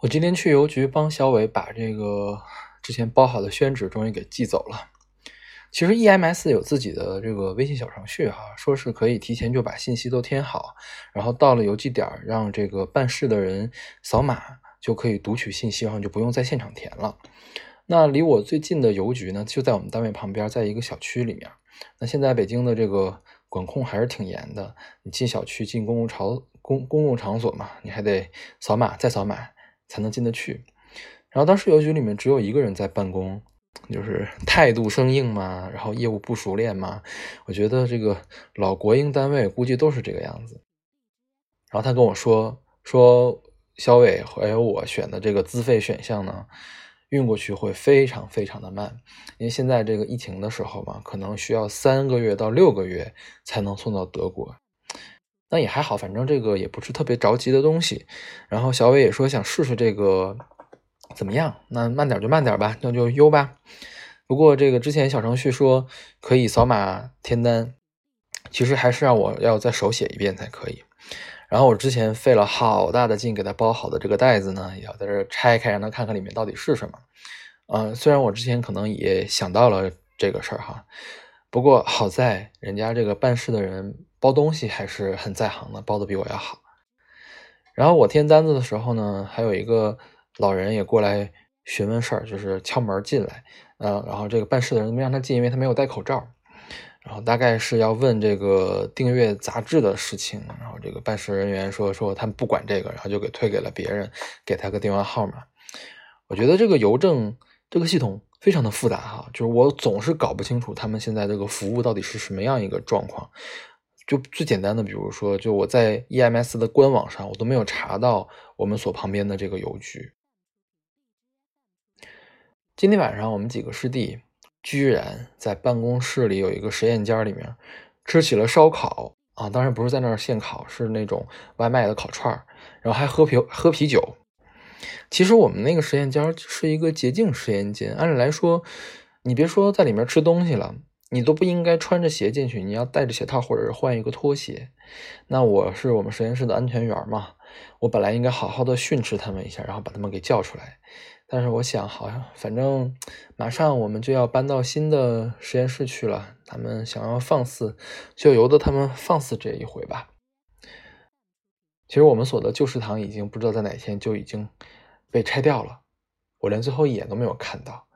我今天去邮局帮小伟把这个之前包好的宣纸终于给寄走了。其实 EMS 有自己的这个微信小程序说是可以提前就把信息都填好，然后到了邮寄点让这个办事的人扫码就可以读取信息，然后就不用在现场填了。那离我最近的邮局呢，就在我们单位旁边，在一个小区里面。那现在北京的这个管控还是挺严的，你进小区、进公共场所嘛，你还得扫码再扫码才能进得去。然后当时邮局里面只有一个人在办公，就是态度生硬嘛，然后业务不熟练嘛，我觉得这个老国营单位估计都是这个样子。然后他跟我说小伟还有我选的这个资费选项呢，运过去会非常非常的慢，因为现在这个疫情的时候嘛，可能需要3个月到6个月才能送到德国。那也还好，反正这个也不是特别着急的东西。然后小伟也说想试试这个怎么样，那慢点就慢点吧，那就邮吧。不过这个之前小程序说可以扫码填单，其实还是让我要再手写一遍才可以。然后我之前费了好大的劲给他包好的这个袋子呢，也要在这拆开，让他看看里面到底是什么。虽然我之前可能也想到了这个事儿不过好在人家这个办事的人包东西还是很在行的，包的比我要好。然后我填单子的时候呢，还有一个老人也过来询问事儿，就是敲门进来。然后这个办事的人没让他进，因为他没有戴口罩。然后大概是要问这个订阅杂志的事情，然后这个办事人员说他们不管这个，然后就给推给了别人，给他个电话号码。我觉得这个邮政这个系统非常的复杂就是我总是搞不清楚他们现在这个服务到底是什么样一个状况。就最简单的，比如说，就我在 EMS 的官网上，我都没有查到我们所旁边的这个邮局。今天晚上我们几个师弟居然在办公室里有一个实验间里面吃起了烧烤当然不是在那儿现烤，是那种外卖的烤串，然后还喝啤酒。其实我们那个实验间是一个洁净实验间，按理来说，你别说在里面吃东西了，你都不应该穿着鞋进去，你要带着鞋套或者是换一个拖鞋。那我是我们实验室的安全员嘛，我本来应该好好的训斥他们一下，然后把他们给叫出来。但是我想，好像反正马上我们就要搬到新的实验室去了，他们想要放肆，就由得他们放肆这一回吧。其实我们所的旧食堂已经不知道在哪天就已经被拆掉了，我连最后一眼都没有看到。